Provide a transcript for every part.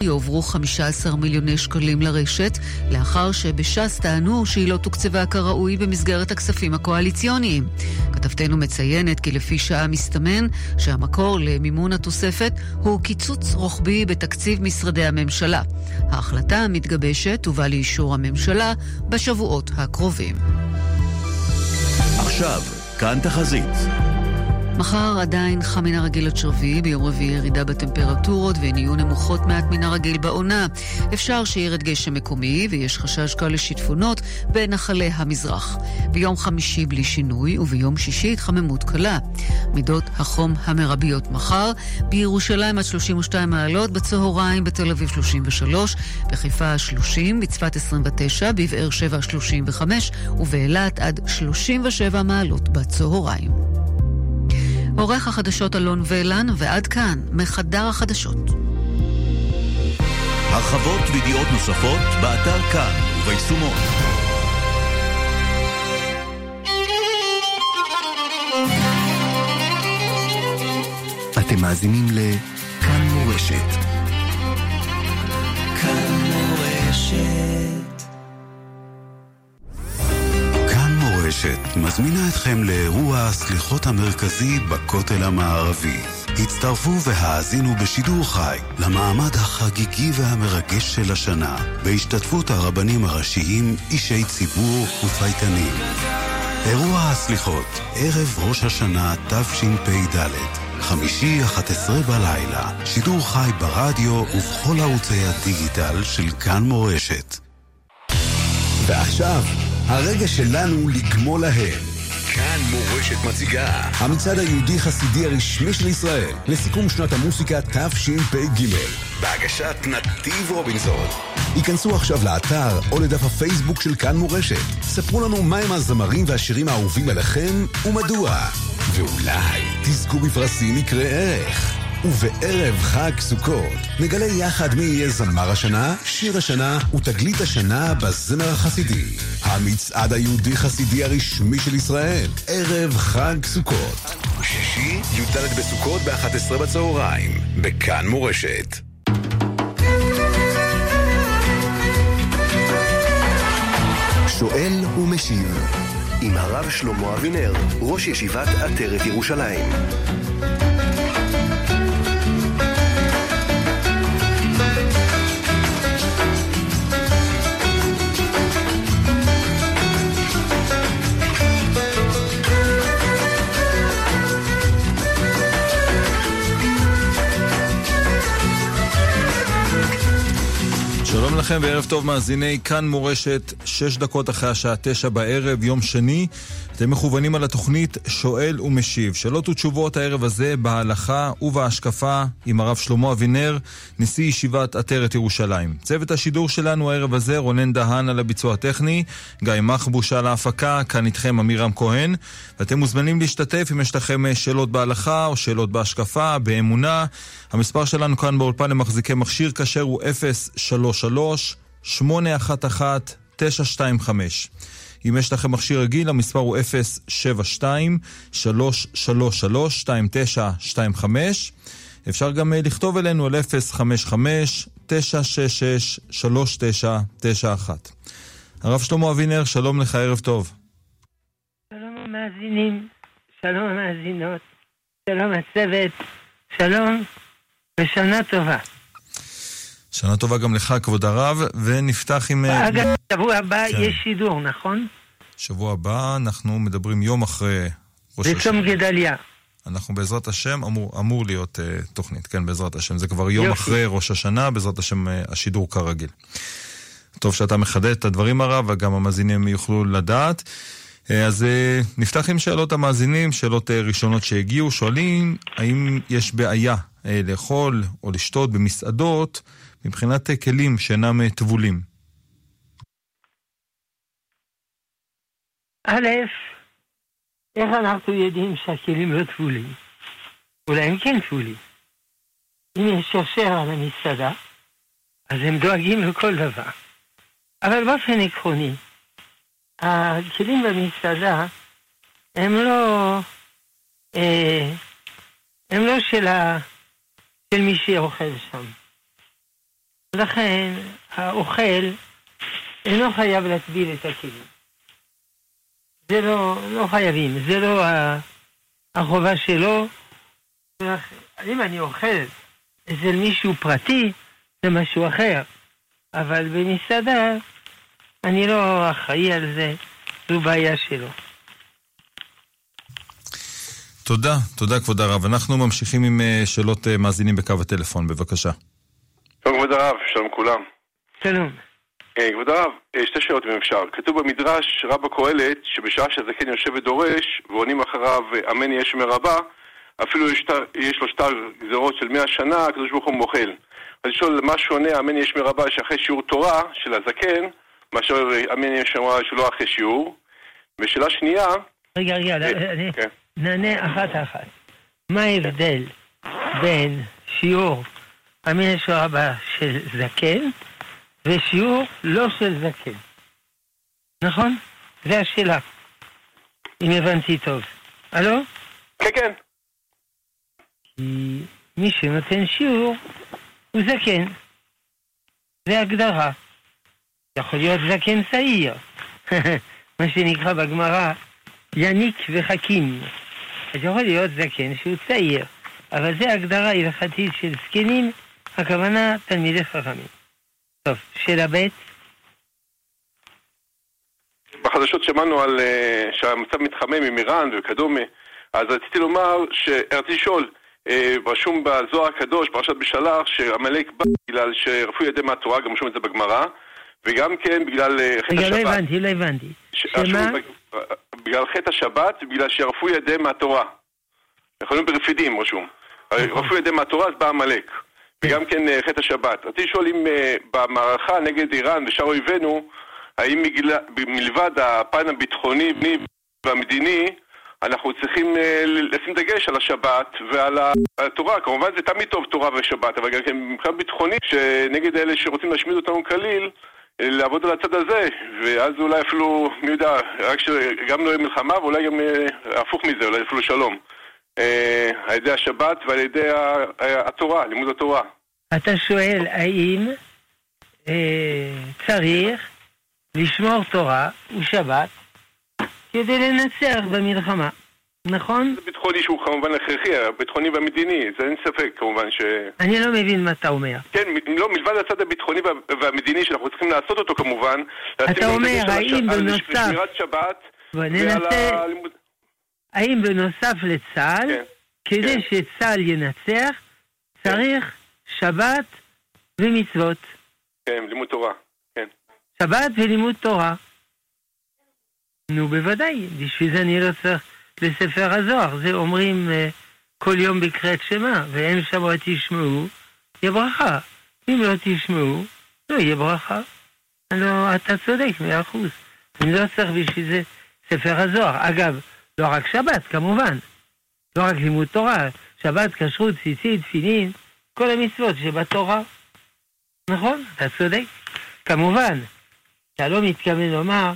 יועברו 15 מיליוני שקלים לרשת, לאחר שבש"ס טענו שהיא לא תוקצבה כראוי במסגרת הכספים הקואליציוניים. כתבתנו מציינת כי לפי שעה מסתמן שהמקור למימון התוספת הוא קיצוץ רוחבי בתקציב משרדי הממשלה. ההחלטה המתגבשת תובא לאישור הממשלה בשבועות הקרובים. עכשיו, כאן תחזית. מחר עדיין חם מן הרגיל עד שרביעי, ביום רביעי ירידה בטמפרטורות והן יהיו נמוכות מעט מן הרגיל בעונה. אפשר שירד גשם מקומי ויש חשש קל לשיטפונות בנחלי המזרח. ביום חמישי בלי שינוי וביום שישי התחממות קלה. מידות החום המרביות מחר: בירושלים עד 32 מעלות, בצהריים בתל אביב 33, בחיפה 30, בצפת 29, בבאר שבע 35 ובאילת עד 37 מעלות בצהריים. עורך החדשות אלון ולן, ועד כאן מחדר החדשות. הרחבות וידיעות נוספות באתר כאן וביישומות. אתם מאזינים לכאן מורשת. כאן מורשת. מזמינה אתכם לאירוע הסליחות המרכזי בכותל המערבי. הצטרפו והאזינו בשידור חי למעמד החגיגי והמרגש של השנה, בהשתתפות הרבנים הראשיים, אישי ציבור ופייטנים. אירוע הסליחות, ערב ראש השנה תשפ"ד, חמישי 11 בלילה, שידור חי ברדיו ובכל ערוצי הדיגיטל של כאן מורשת. ועכשיו הרגע שלנו לגמול להם. כאן מורשת מציגה המצעד היהודי חסידי הרשמי של ישראל לסיכום שנת המוסיקה תשפ"ג, בהגשת נתיב רובינסון. היכנסו עכשיו לאתר או לדף הפייסבוק של כאן מורשת. ספרו לנו מהם הזמרים והשירים האהובים עליכם ומדוע, ואולי תזכו בפרסים מקרה ערך. ובערב חג סוכות נגלה יחד מי יהיה זמר השנה, שיר השנה ותגלית השנה בזמר החסידי. המצעד היהודי חסידי הרשמי של ישראל, ערב חג סוכות, שישי י"ד בסוכות ב-11 בצהריים, בכאן מורשת. שואל ומשיב עם הרב שלמה אבינר, ראש ישיבת עטרת ירושלים. שלום לכם וערב טוב מאזיני כאן מורשת. 6 דקות אחרי השעה 9 בערב, יום שני. אתם מכוונים על התוכנית שואל ומשיב. שאלות ותשובות הערב הזה בהלכה ובהשקפה עם הרב שלמה אבינר, נשיא ישיבת עטרת ירושלים. צוות השידור שלנו הערב הזה: רונן דהן על הביצוע הטכני, גיא מחבוש על ההפקה, כאן איתכם אמירם כהן. ואתם מוזמנים להשתתף אם יש לכם שאלות בהלכה או שאלות בהשקפה, באמונה. המספר שלנו כאן באולפן למחזיקי מכשיר כשר הוא 033-811-925. אם יש לכם מכשיר רגיל, המספר הוא 072-333-2925. אפשר גם לכתוב אלינו על 055-966-3991. הרב שלמה אבינר, שלום לך, ערב טוב. שלום המאזינים, שלום המאזינות, שלום הצוות, שלום ושנה טובה. שנה טובה גם לך, כבוד הרב, ונפתח עם... אגב, שבוע הבא יש שידור, נכון? שבוע הבא אנחנו מדברים יום אחרי ראש השנה. בצום גדליה. אנחנו בעזרת השם, אמור להיות תוכנית, כן, בעזרת השם. זה כבר יום אחרי ראש השנה, בעזרת השם השידור כרגיל. טוב שאתה מחדד את הדברים הרב, וגם המאזינים יוכלו לדעת. אז נפתח עם שאלות המאזינים, שאלות ראשונות שהגיעו. שואלים, האם יש בעיה לאכול או לשתות במסעדות מבחינת כלים שאינם טבולים? א', איך אנחנו יודעים שהכלים לא טבולים? אולי הם כן טבולים. אם יש שרשר על המסעדה, אז הם דואגים לכל דבר. אבל באופן עקרוני, הכלים במסעדה הם לא של מי שאוכל שם. לכן האוכל אינו חייב להטביל את הכלים. זה לא חייבים, זה לא החובה שלו. אם אני אוכל אצל מישהו פרטי, זה משהו אחר. אבל במסעדה, אני לא אחראי על זה, זו בעיה שלו. תודה כבוד הרב. אנחנו ממשיכים עם שאלות מאזינים בקו הטלפון, בבקשה. שלום כבוד הרב, שלום כולם. שלום. כבוד הרב, שתי שאלות אם אפשר. כתוב במדרש רבה קהלת שבשעה שהזקן יושב ודורש ועונים אחריו אמן יש מרבה, אפילו יש לו שטר גזרות של 100 שנה, הקדוש ברוך הוא מוכל. אז לשאול מה שונה אמן יש מרבה שאחרי שיעור תורה של הזקן, מאשר אמן יש מרבה שלא אחרי שיעור. ושאלה שנייה... רגע, אני נענה אחת. מה ההבדל בין שיעור אמן יש מרבה של זקן ושיעור לא של זקן? נכון? זה השאלה. אם הבנתי טוב. הלו? כן. כי מי שנותן שיעור הוא זקן. זה הגדרה. יכול להיות זקן צעיר. מה שנקרא בגמרא יניק וחכים. אז יכול להיות זקן שהוא צעיר. אבל זה הגדרה הלכתית של זקנים, הכוונה תלמידי חכמים. טוב, שאלה ב'. בחדשות שמענו על שהמצב מתחמם עם איראן וכדומה, אז רציתי לומר, רציתי לשאול, רשום בזוהר הקדוש, פרשת בשלח, שעמלק בא בגלל שרפו ידי מהתורה, גם רשום את זה בגמרא, וגם כן בגלל חטא השבת. רגע, לא הבנתי. שמה? בגלל חטא השבת, בגלל שרפו ידי מהתורה. יכולים ברפידים, רשום. רפו ידי מהתורה, אז בא עמלק. וגם כן חטא השבת. רציתי לשאול אם במערכה נגד איראן ושאר אויבינו, האם מלבד הפן הביטחוני והמדיני, אנחנו צריכים לשים דגש על השבת ועל התורה. כמובן זה תמיד טוב תורה ושבת, אבל גם כן מבחינה ביטחונית, שנגד אלה שרוצים להשמיד אותנו כליל, לעבוד על הצד הזה, ואז אולי אפילו, מי יודע, רק שגם לא יהיה מלחמה, ואולי גם הפוך מזה, אולי אפילו שלום. על ידי השבת ועל ידי התורה, לימוד התורה. אתה שואל האם צריך לשמור תורה ושבת כדי לנצח במלחמה, נכון? זה ביטחוני שהוא כמובן הכרחי, הביטחוני והמדיני, זה אין ספק כמובן ש... אני לא מבין מה אתה אומר. כן, לא, מלבד הצד הביטחוני והמדיני שאנחנו צריכים לעשות אותו כמובן. אתה אומר, האם בנוסף... לשמירת שבת האם בנוסף לצה"ל, כדי שצה"ל ינצח, צריך שבת ומצוות. כן, לימוד תורה, כן. שבת ולימוד תורה. נו, בוודאי, בשביל זה אני לא צריך לספר הזוהר. זה אומרים כל יום בקריאת שמע, והם שמוע תשמעו, יהיה ברכה. אם לא תשמעו, לא יהיה ברכה. לא, אתה צודק, 100%. אני לא צריך בשביל זה ספר הזוהר. אגב, לא רק שבת, כמובן. לא רק לימוד תורה, שבת, כשרות, ציצית, תפילין, כל המצוות שבתורה. נכון? אתה צודק. כמובן, אתה לא מתכוון לומר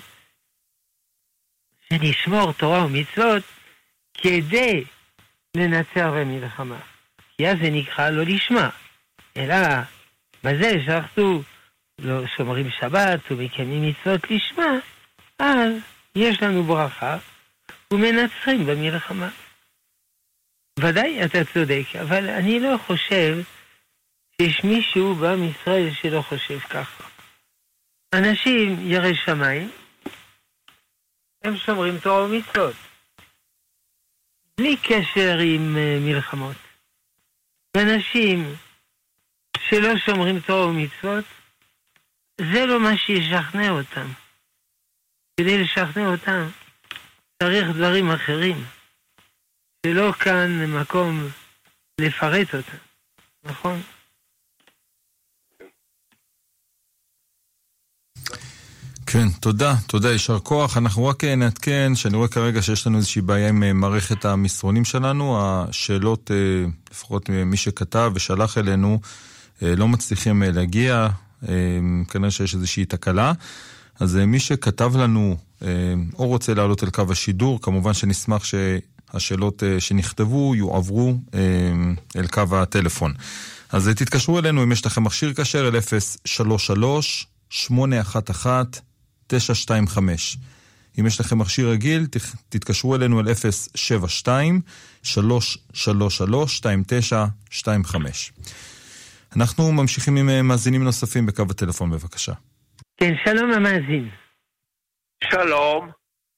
שנשמור תורה ומצוות כדי לנצח במלחמה. כי אז זה נקרא לא לשמה. אלא בזה שאנחנו לא שומרים שבת ומקיימים מצוות לשמה, אז יש לנו ברכה ומנצחים במלחמה. ודאי אתה צודק, אבל אני לא חושב שיש מישהו בעם ישראל שלא חושב ככה. אנשים יראי שמיים, הם שומרים תורה ומצוות, בלי קשר עם מלחמות. ואנשים שלא שומרים תורה ומצוות, זה לא מה שישכנע אותם. כדי לשכנע אותם, צריך דברים אחרים, שלא כאן מקום לפרט אותם. נכון? כן, תודה, יישר כוח. אנחנו רק נעדכן שאני רואה כרגע שיש לנו איזושהי בעיה עם מערכת המסרונים שלנו. השאלות, לפחות מי שכתב ושלח אלינו, לא מצליחים להגיע, כנראה שיש איזושהי תקלה. אז מי שכתב לנו או רוצה לעלות אל קו השידור, כמובן שנשמח שהשאלות שנכתבו יועברו אל קו הטלפון. אז תתקשרו אלינו אם יש לכם מכשיר כשר אל 033-811-925. אם יש לכם מכשיר רגיל, תתקשרו אלינו אל 072-333-2925. אנחנו ממשיכים עם מאזינים נוספים בקו הטלפון, בבקשה. כן, שלום המאזין. שלום.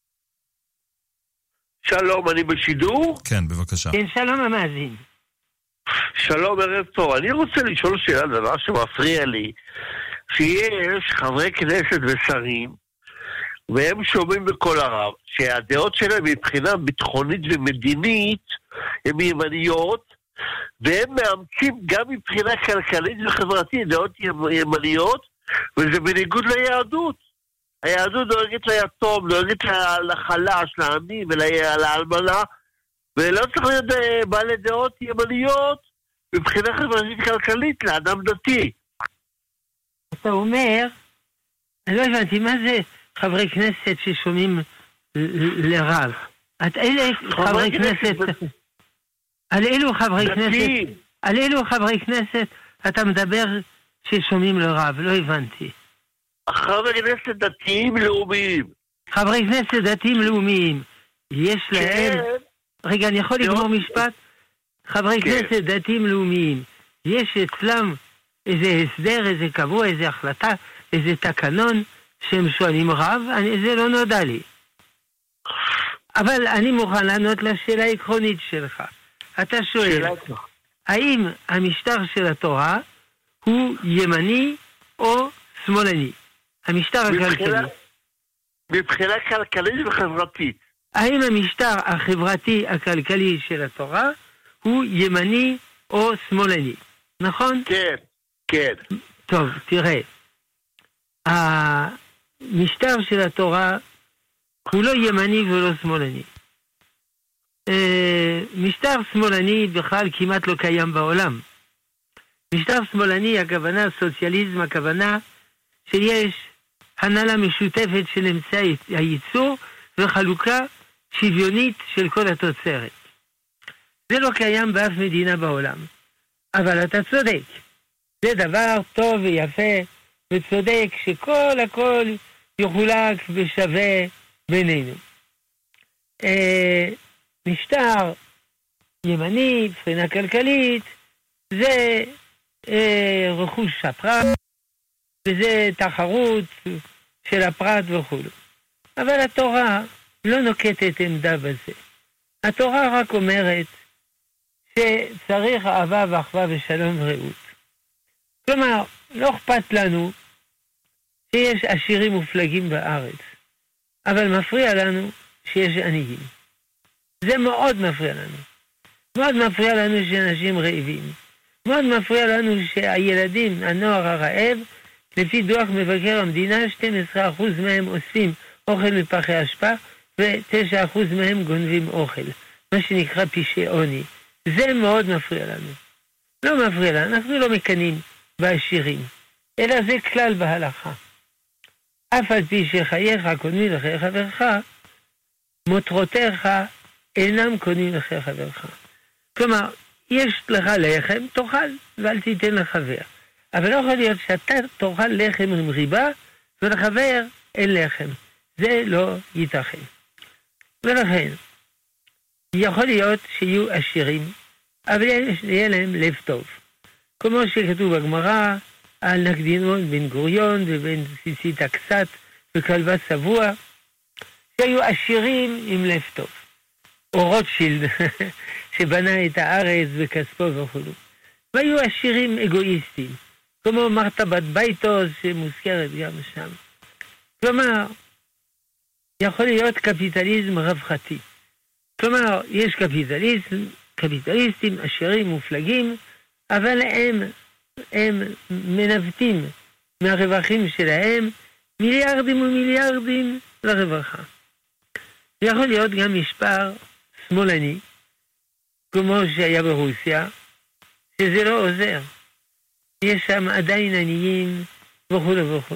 שלום, אני בשידור? כן, בבקשה. כן, שלום המאזין. שלום, ערב טוב. אני רוצה לשאול שאלה, דבר שמפריע לי, שיש חברי כנסת ושרים, והם שומעים בכל הרב, שהדעות שלהם מבחינה ביטחונית ומדינית, הן ימניות, והם מאמצים גם מבחינה כלכלית וחברתית, דעות ימניות, וזה בניגוד ליהדות. היהדות דואגת ליתום, דואגת לחלש, לעני ולאלמנה, ולא צריך להיות בעלי דעות ימניות מבחינה חברתית כלכלית לאדם דתי. אתה אומר, אני לא הבנתי, מה זה חברי כנסת ששומעים לרב? אלה חברי כנסת, על אילו חברי כנסת אתה מדבר ששומעים לרב? לא הבנתי. חברי כנסת דתיים לאומיים. חברי כנסת דתיים לאומיים, יש להם... רגע, אני יכול לגמור משפט? חברי כנסת דתיים לאומיים, יש אצלם איזה הסדר, איזה קבוע, איזה החלטה, איזה תקנון שהם שואלים רב? זה לא נודע לי. אבל אני מוכן לענות לשאלה העקרונית שלך. אתה שואל, האם המשטר של התורה הוא ימני או שמאלני? המשטר הכלכלי. מבחינה כלכלית וחברתית. האם המשטר החברתי הכלכלי של התורה הוא ימני או שמאלני? נכון? כן, כן. טוב, תראה. המשטר של התורה הוא לא ימני ולא שמאלני. משטר שמאלני בכלל כמעט לא קיים בעולם. משטר שמאלני, הכוונה סוציאליזם, הכוונה שיש הנהלה משותפת של אמצעי הייצור וחלוקה שוויונית של כל התוצרת. זה לא קיים באף מדינה בעולם. אבל אתה צודק. זה דבר טוב ויפה וצודק הכל יחולק ושווה בינינו. משטר ימני, מבחינה כלכלית, זה רכוש הפרט, וזה תחרות של הפרט וכו'. אבל התורה לא נוקטת עמדה בזה. התורה רק אומרת שצריך אהבה ואחווה ושלום ורעות. כלומר, לא אכפת לנו שיש עשירים מופלגים בארץ, אבל מפריע לנו שיש עניים. זה מאוד מפריע לנו. מאוד מפריע לנו שאנשים רעבים. מאוד מפריע לנו שהילדים, הנוער הרעב, לפי דוח מבקר המדינה, 12% מהם אוספים אוכל מפחי אשפה, ו9% מהם גונבים אוכל, מה שנקרא פשעי עוני. זה מאוד מפריע לנו. לא מפריע לנו, אנחנו לא מקנים בעשירים, אלא זה כלל בהלכה. אף על פי שחייך קודמים לחיי חברך, מותרותיך אינם קודמים לחיי חברך. כלומר, יש לך לחם, תאכל, ואל תיתן לחבר. אבל לא יכול להיות שאתה תאכל לחם עם ריבה, ולחבר אין לחם. זה לא ייתכן. ולכן, יכול להיות שיהיו עשירים, אבל יהיה להם לב טוב. כמו שכתוב בגמרא על נקדימון בן גוריון ובן ציצית הקצת וכלבה שבוע, שהיו עשירים עם לב טוב. או רוטשילד, שבנה את הארץ בכספו וכו'. והיו עשירים אגואיסטים, כמו מרתה בת בייטוס שמוזכרת גם שם. כלומר, יכול להיות קפיטליזם רווחתי. כלומר, יש קפיטליסטים עשירים מופלגים, אבל הם מנווטים מהרווחים שלהם מיליארדים ומיליארדים לרווחה. יכול להיות גם משטר שמאלני, כמו שהיה ברוסיה, שזה לא עוזר. יש שם עדיין עניים וכו' וכו'.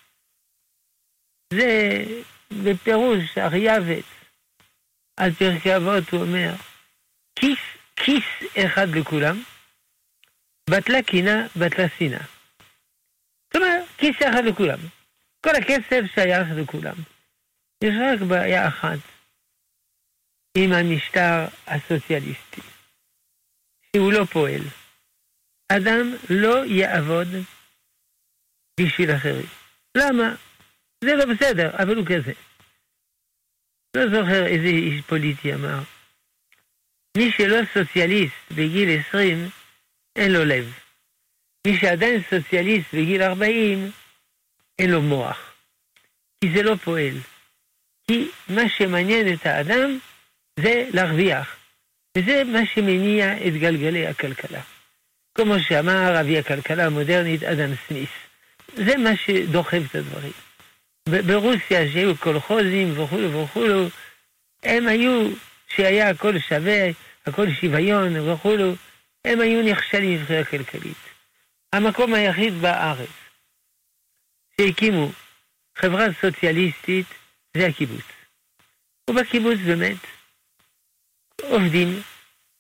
זה בפירוש אריאבץ, על פרקי אבות הוא אומר, כיס אחד לכולם, בטלה קינה, בטלה שנאה. זאת אומרת, כיס אחד לכולם. כל הכסף שייך לכולם. יש רק בעיה אחת עם המשטר הסוציאליסטי, שהוא לא פועל. אדם לא יעבוד בשביל אחרים. למה? זה לא בסדר, אבל הוא כזה. לא זוכר איזה איש פוליטי אמר, מי שלא סוציאליסט בגיל 20, אין לו לב. מי שעדיין סוציאליסט בגיל 40, אין לו מוח. כי זה לא פועל. כי מה שמעניין את האדם זה להרוויח. וזה מה שמניע את גלגלי הכלכלה. כמו שאמר אבי הכלכלה המודרנית אדם סמית'. זה מה שדוחף את הדברים. ברוסיה שהיו קולחוזים וכו', הם היו, שהיה הכל שווה, הכל שוויון וכו', הם היו נכשלים מבחינה כלכלית. המקום היחיד בארץ שהקימו חברה סוציאליסטית זה הקיבוץ. ובקיבוץ באמת עובדים,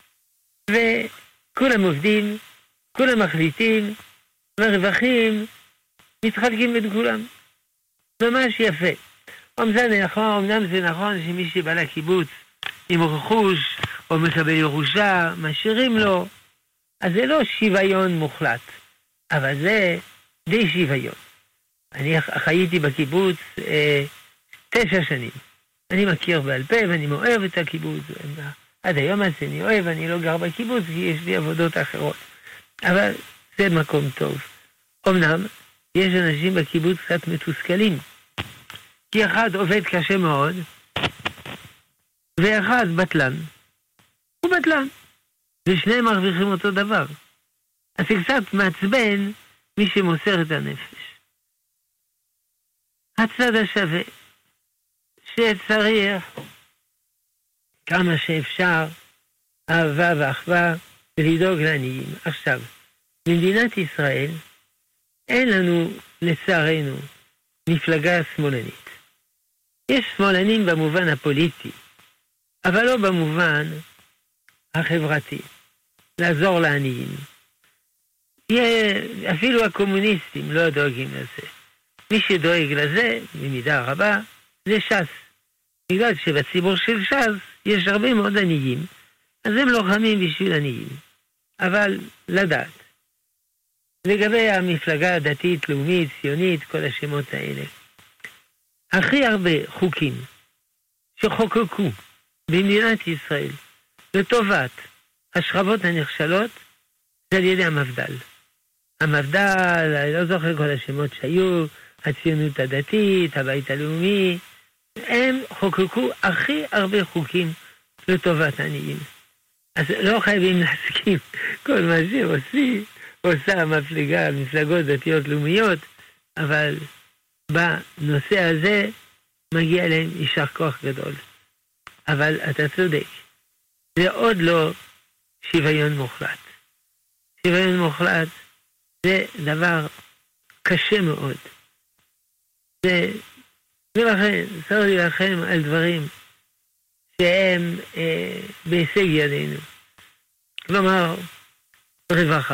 וכולם עובדים, כולם מחליטים, והרווחים מתחלקים בין כולם. ממש יפה. אמנם זה נכון שמי שבא לקיבוץ עם רכוש או מקבל ירושה, משאירים לו, אז זה לא שוויון מוחלט, אבל זה די שוויון. אני חייתי בקיבוץ 9 שנים. אני מכיר בעל פה ואני מאוהב את הקיבוץ. עד היום הזה אני אוהב, אני לא גר בקיבוץ כי יש לי עבודות אחרות. אבל זה מקום טוב. אמנם יש אנשים בקיבוץ קצת מתוסכלים. כי אחד עובד קשה מאוד, ואחד בטלן. הוא בטלן. ושניהם מרוויחים אותו דבר. אז זה קצת מעצבן מי שמוסר את הנפש. הצד השווה, שצריך כמה שאפשר אהבה ואחווה ולדאוג לעניים. עכשיו, במדינת ישראל אין לנו, לצערנו, מפלגה שמאלנית. יש שמאלנים במובן הפוליטי, אבל לא במובן החברתי, לעזור לעניים. אפילו הקומוניסטים לא דואגים לזה. מי שדואג לזה, במידה רבה, זה ש"ס. בגלל שבציבור של ש"ס יש הרבה מאוד עניים, אז הם לוחמים בשביל עניים. אבל לדעת. לגבי המפלגה הדתית, לאומית, ציונית, כל השמות האלה. הכי הרבה חוקים שחוקקו במדינת ישראל לטובת השכבות הנחשלות, זה על ידי המפד"ל. המפד"ל, אני לא זוכר כל השמות שהיו, הציונות הדתית, הבית הלאומי, הם חוקקו הכי הרבה חוקים לטובת העניים. אז לא חייבים להסכים כל מה עושה המפלגות דתיות לאומיות, אבל בנושא הזה מגיע להם יישר כוח גדול. אבל אתה צודק, זה עוד לא שוויון מוחלט. שוויון מוחלט זה דבר קשה מאוד. ולכן צריך להילחם על דברים שהם בהישג ידינו. כלומר, רווחה.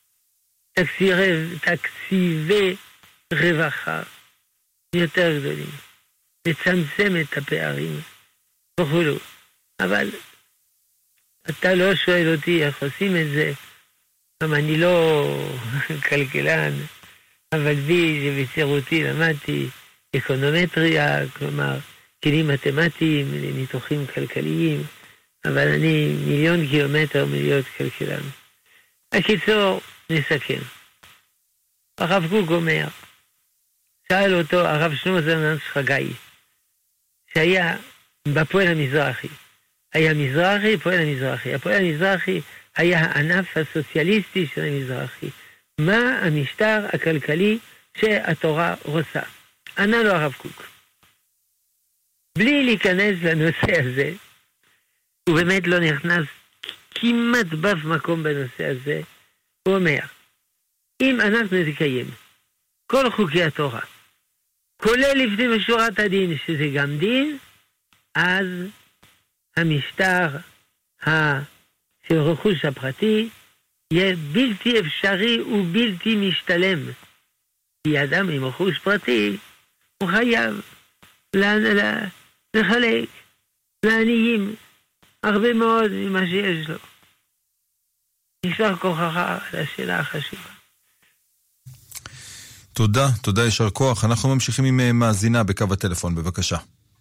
תקציבי רווחה יותר גדולים. לצמצם את הפערים וכו'. אבל אתה לא שואל אותי איך עושים את זה, גם אני לא כלכלן, אבל בי שבצעירותי למדתי אקונומטריה, כלומר כלים מתמטיים לניתוחים כלכליים, אבל אני 1,000,000 קילומטר מלהיות כלכלן. הקיצור, נסכם. הרב קוק אומר, שאל אותו הרב שלמה זלמן חגי, שהיה בפועל המזרחי. היה מזרחי, פועל המזרחי. הפועל המזרחי היה הענף הסוציאליסטי של המזרחי. מה המשטר הכלכלי שהתורה רוצה? ענה לו הרב קוק. בלי להיכנס לנושא הזה, הוא באמת לא נכנס כמעט באף מקום בנושא הזה, הוא אומר, אם אנחנו נקיים כל חוקי התורה, כולל לפנים משורת הדין, שזה גם דין, אז המשטר של רכוש הפרטי יהיה בלתי אפשרי ובלתי משתלם. כי אדם עם רכוש פרטי, הוא חייב לחלק לעניים הרבה מאוד ממה שיש לו. יישר כוחך על השאלה החשובה. תודה, יישר כוח. אנחנו ממשיכים עם מאזינה בקו הטלפון, בבקשה.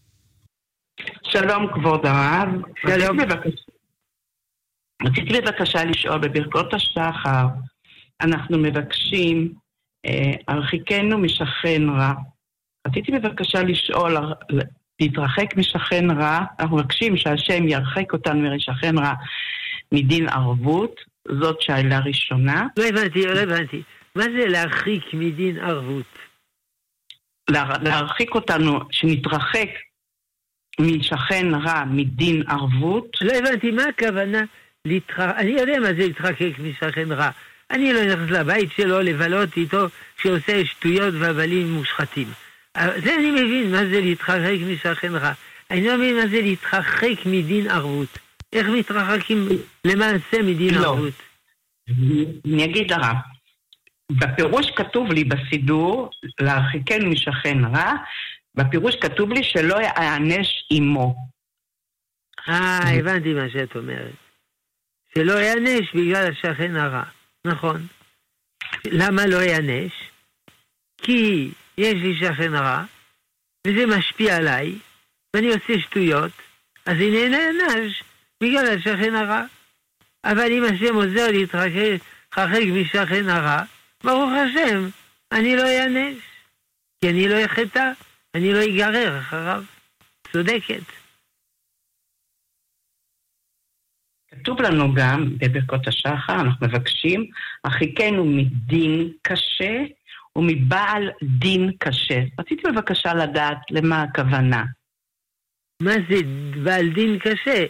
שלום כבוד הרב. שלום. רציתי בבקשה לשאול, בברכות השחר, אנחנו מבקשים, הרחיקנו משכן רע. רציתי בבקשה לשאול, להתרחק משכן רע, אנחנו מבקשים שהשם ירחק אותנו משכן רע מדין ערבות, זאת שאלה ראשונה. לא הבנתי. מה זה להרחיק מדין ערבות? להרחיק אותנו, שנתרחק משכן רע מדין ערבות. לא הבנתי, מה הכוונה? אני יודע מה זה להתרחק משכן רע. אני לא נכנס לבית שלו לבלות איתו שעושה שטויות והבלים מושחתים. זה אני מבין מה זה להתרחק משכן רע. אני לא מבין מה זה להתרחק מדין ערבות. איך מתרחקים למעשה מדין ערבות? אני אגיד הרב. בפירוש כתוב לי בסידור, להרחיקנו משכן רע, בפירוש כתוב לי שלא יענש עמו. הבנתי מה שאת אומרת. שלא יענש בגלל השכן הרע. נכון. למה לא יענש? כי יש לי שכן רע, וזה משפיע עליי, ואני עושה שטויות, אז הנה נענש בגלל השכן הרע. אבל אם השם עוזר להתרחק משכן הרע, ברוך השם, אני לא יענש, כי אני לא יחטא, אני לא יגרר אחריו. צודקת. כתוב לנו גם בברכות השחר, אנחנו מבקשים, הרחיקנו מדין קשה ומבעל דין קשה. רציתי בבקשה לדעת למה הכוונה. מה זה בעל דין קשה?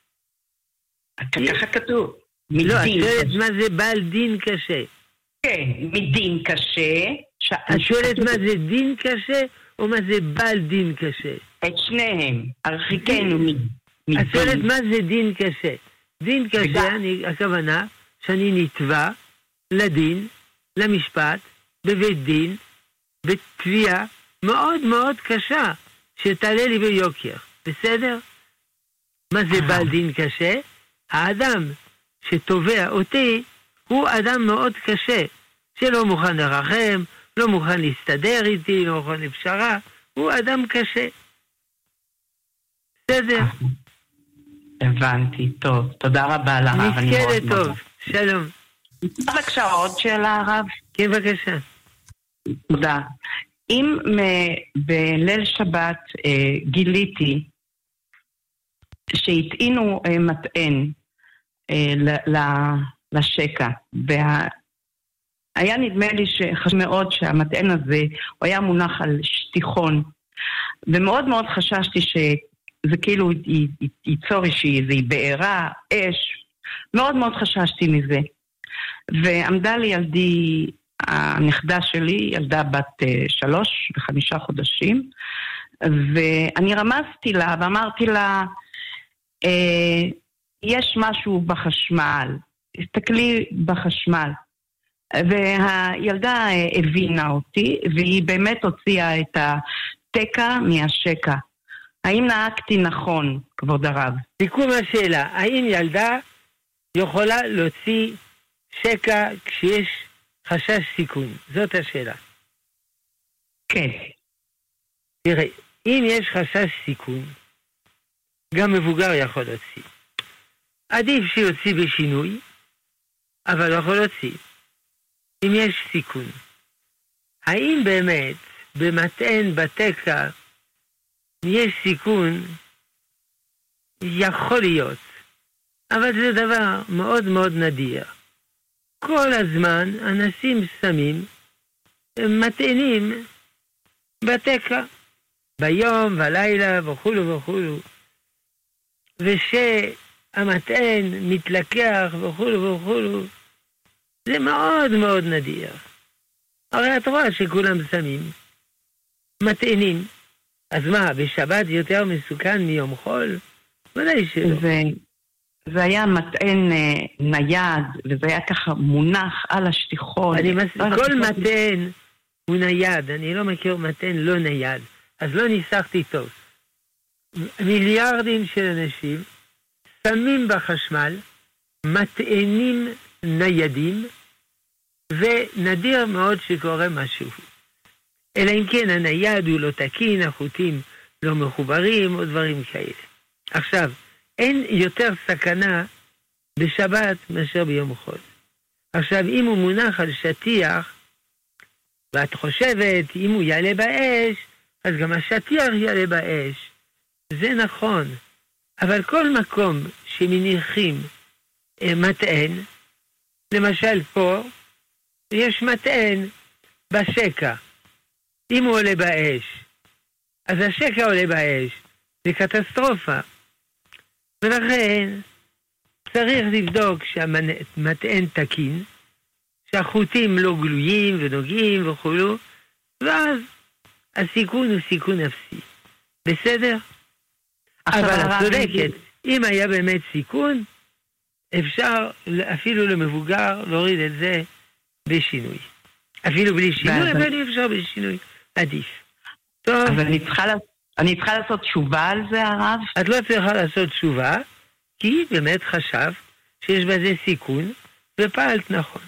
ככה כתוב. לא, את שואלת מה זה בעל דין קשה. כן, מדין קשה. את שואלת מה זה דין קשה או מה זה בעל דין קשה? את שניהם. הרחיקנו מדין. את שואלת מה זה דין קשה. דין קשה, הכוונה שאני נתבע לדין, למשפט, בבית דין, בתביעה מאוד מאוד קשה, שתעלה לי ביוקר. בסדר? מה זה בעל דין קשה? האדם שתובע אותי הוא אדם מאוד קשה, שלא מוכן לרחם, לא מוכן להסתדר איתי, לא מוכן לפשרה, הוא אדם קשה. בסדר? הבנתי, טוב. תודה רבה על הרב. נזכרת טוב, שלום. בבקשה עוד שאלה הרב? כן, בבקשה. תודה. אם בליל שבת גיליתי שהטעינו מטען לשקע, היה נדמה לי שחשוב מאוד שהמטען הזה הוא היה מונח על שטיחון, ומאוד מאוד חששתי שזה כאילו ייצור איזו בעירה, אש, מאוד מאוד חששתי מזה. ועמדה לי ילדי, הנכדה שלי, ילדה בת 3 ו5 חודשים, ואני רמזתי לה ואמרתי לה, יש משהו בחשמל, הסתכלי בחשמל. והילדה הבינה אותי, והיא באמת הוציאה את התקע מהשקע. האם נהגתי נכון, כבוד הרב? סיכום השאלה, האם ילדה יכולה להוציא שקע כשיש חשש סיכון? זאת השאלה. כן. תראה, אם יש חשש סיכון, גם מבוגר יכול להוציא. עדיף שיוציא בשינוי, אבל לא יכול להוציא. אם יש סיכון. האם באמת במטען בתקע יש סיכון? יכול להיות. אבל זה דבר מאוד מאוד נדיר. כל הזמן אנשים שמים מטענים בתקע. ביום ולילה וכולו וכולו. ושהמטען מתלקח וכולו וכולו. זה מאוד מאוד נדיר. הרי את רואה שכולם שמים מטענים. אז מה, בשבת יותר מסוכן מיום חול? ודאי שלא. זה היה מטען נייד, וזה היה ככה מונח על השטיחון. כל מטען הוא נייד, אני לא מכיר מטען לא נייד, אז לא ניסחתי טוב. מיליארדים של אנשים שמים בחשמל מטענים ניידים, ונדיר מאוד שקורה משהו. אלא אם כן הנייד הוא לא תקין, החוטים לא מחוברים או דברים כאלה. עכשיו, אין יותר סכנה בשבת מאשר ביום חול. עכשיו, אם הוא מונח על שטיח, ואת חושבת, אם הוא יעלה באש, אז גם השטיח יעלה באש. זה נכון. אבל כל מקום שמניחים מטען, למשל פה, יש מטען בשקע. אם הוא עולה באש, אז השקע עולה באש. זה קטסטרופה. ולכן צריך לבדוק שהמטען תקין, שהחוטים לא גלויים ונוגעים וכולו, ואז הסיכון הוא סיכון אפסי. בסדר? אבל את צודקת, אם היה באמת סיכון, אפשר אפילו למבוגר להוריד את זה בשינוי. אפילו בלי שינוי, אבל אפשר בשינוי. עדיף. טוב. אבל אני צריכה לעשות תשובה על זה, הרב? את לא צריכה לעשות תשובה, כי באמת חשב שיש בזה סיכון, ופעלת נכון.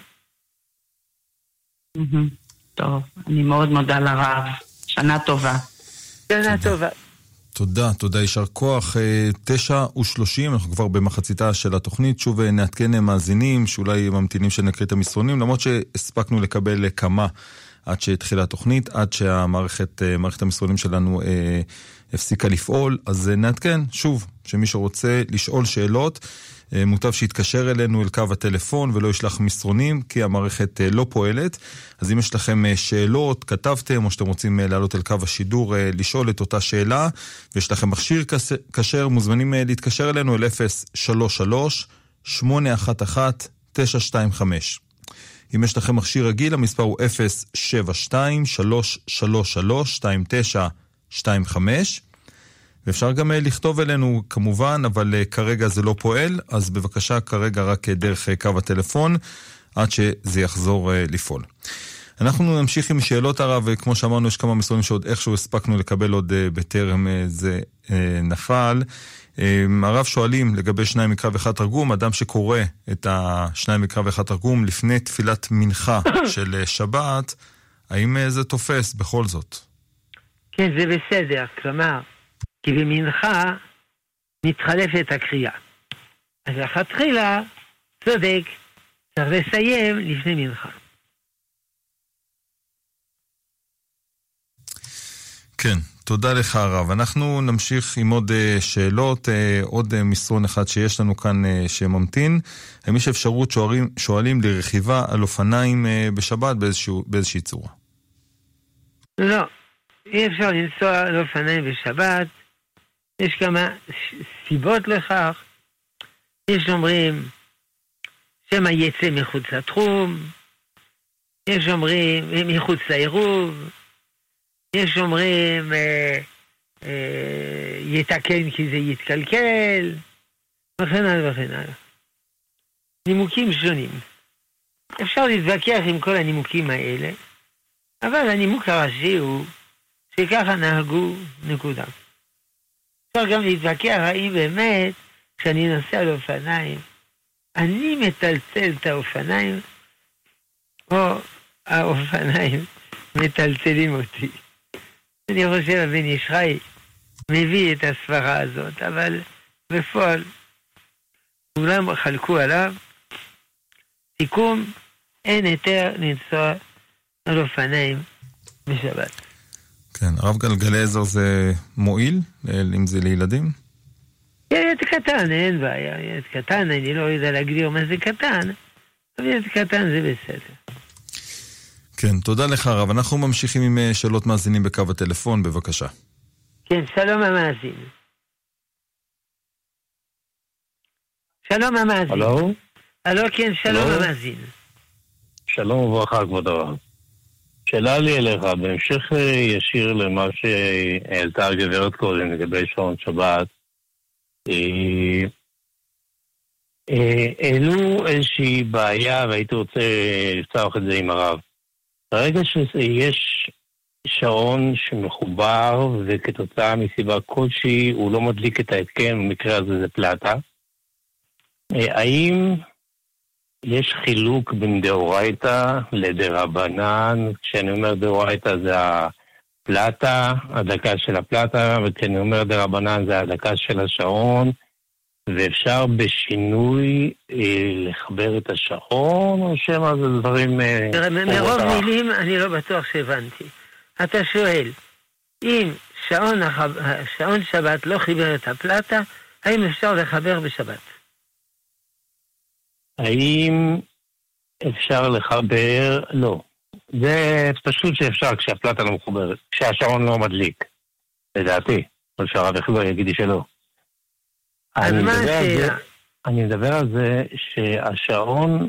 טוב, אני מאוד מודה לרב. שנה טובה. שנה טובה. תודה, יישר כוח. 9:30, אנחנו כבר במחציתה של התוכנית. שוב נעדכן מאזינים שאולי ממתינים שנקריא את המסרונים, למרות שהספקנו לקבל כמה עד שהתחילה התוכנית, עד שהמערכת המסרונים שלנו הפסיקה לפעול. אז נעדכן שוב שמי שרוצה לשאול שאלות, מוטב שיתקשר אלינו אל קו הטלפון ולא ישלח מסרונים, כי המערכת לא פועלת. אז אם יש לכם שאלות, כתבתם, או שאתם רוצים לעלות אל קו השידור לשאול את אותה שאלה, ויש לכם מכשיר כשר, מוזמנים להתקשר אלינו אל 033-811-925. אם יש לכם מכשיר רגיל, המספר הוא 072-333-2925. ואפשר גם לכתוב אלינו כמובן, אבל כרגע זה לא פועל, אז בבקשה כרגע רק דרך קו הטלפון, עד שזה יחזור לפעול. אנחנו נמשיך עם שאלות הרב, וכמו שאמרנו יש כמה מסורים שעוד איכשהו הספקנו לקבל עוד בטרם זה נפל. הרב שואלים לגבי שניים מקרא ואחד תרגום, אדם שקורא את השניים מקרא ואחד תרגום לפני תפילת מנחה של שבת, האם זה תופס בכל זאת? כן, זה בסדר, כלומר, כי במנחה מתחלפת הקריאה. אז לכתחילה, צודק, צריך לסיים לפני מנחה. כן, תודה לך הרב. אנחנו נמשיך עם עוד שאלות, עוד מסרון אחד שיש לנו כאן שממתין. האם יש אפשרות שואלים לרכיבה על אופניים בשבת באיזושהי צורה? לא, אי אפשר לנסוע על אופניים בשבת. יש כמה סיבות לכך. יש אומרים שמה יצא מחוץ לתחום, יש אומרים מחוץ לעירוב, יש אומרים יתקן כי זה יתקלקל, וכן הלאה וכן הלאה. נימוקים שונים. אפשר להתווכח עם כל הנימוקים האלה, אבל הנימוק הראשי הוא שככה נהגו נקודה. אפשר גם להתווכח האם באמת כשאני נוסע על אופניים אני מטלצל את האופניים או האופניים מטלצלים אותי. אני חושב הבן איש חי מביא את הסברה הזאת, אבל בפועל כולם חלקו עליו. סיכום, אין היתר לנסוע על אופניים בשבת. כן, הרב גלגלי עזר זה מועיל, אם זה לילדים? ילד קטן, אין בעיה, ילד קטן, אני לא יודע להגדיר מה זה קטן, אבל ילד קטן זה בסדר. כן, תודה לך הרב. אנחנו ממשיכים עם שאלות מאזינים בקו הטלפון, בבקשה. כן, שלום המאזין. שלום המאזין. הלו? הלו, כן, שלום המאזין. שלום וברכה, כבוד הרב. שאלה לי אליך, בהמשך ישיר למה שהעלתה הגברת קודם לגבי שעון שבת, העלו איזושהי בעיה והייתי רוצה לפתוח את זה עם הרב. ברגע שיש שעון שמחובר וכתוצאה מסיבה כלשהי הוא לא מדליק את ההתקן, במקרה הזה זה פלטה, האם יש חילוק בין דאורייתא לדרבנן? כשאני אומר דאורייתא זה הפלטה, הדקה של הפלטה, וכשאני אומר דרבנן זה הדקה של השעון, ואפשר בשינוי לחבר את השעון, או שמה זה דברים... מרוב מילים אני לא בטוח שהבנתי. אתה שואל, אם שעון שבת לא חיבר את הפלטה, האם אפשר לחבר בשבת? האם אפשר לחבר? לא. זה פשוט שאפשר כשהפלטה לא מחוברת, כשהשעון לא מדליק, לדעתי. כל שהרב יחבר יגידי שלא. אני מדבר על זה שהשעון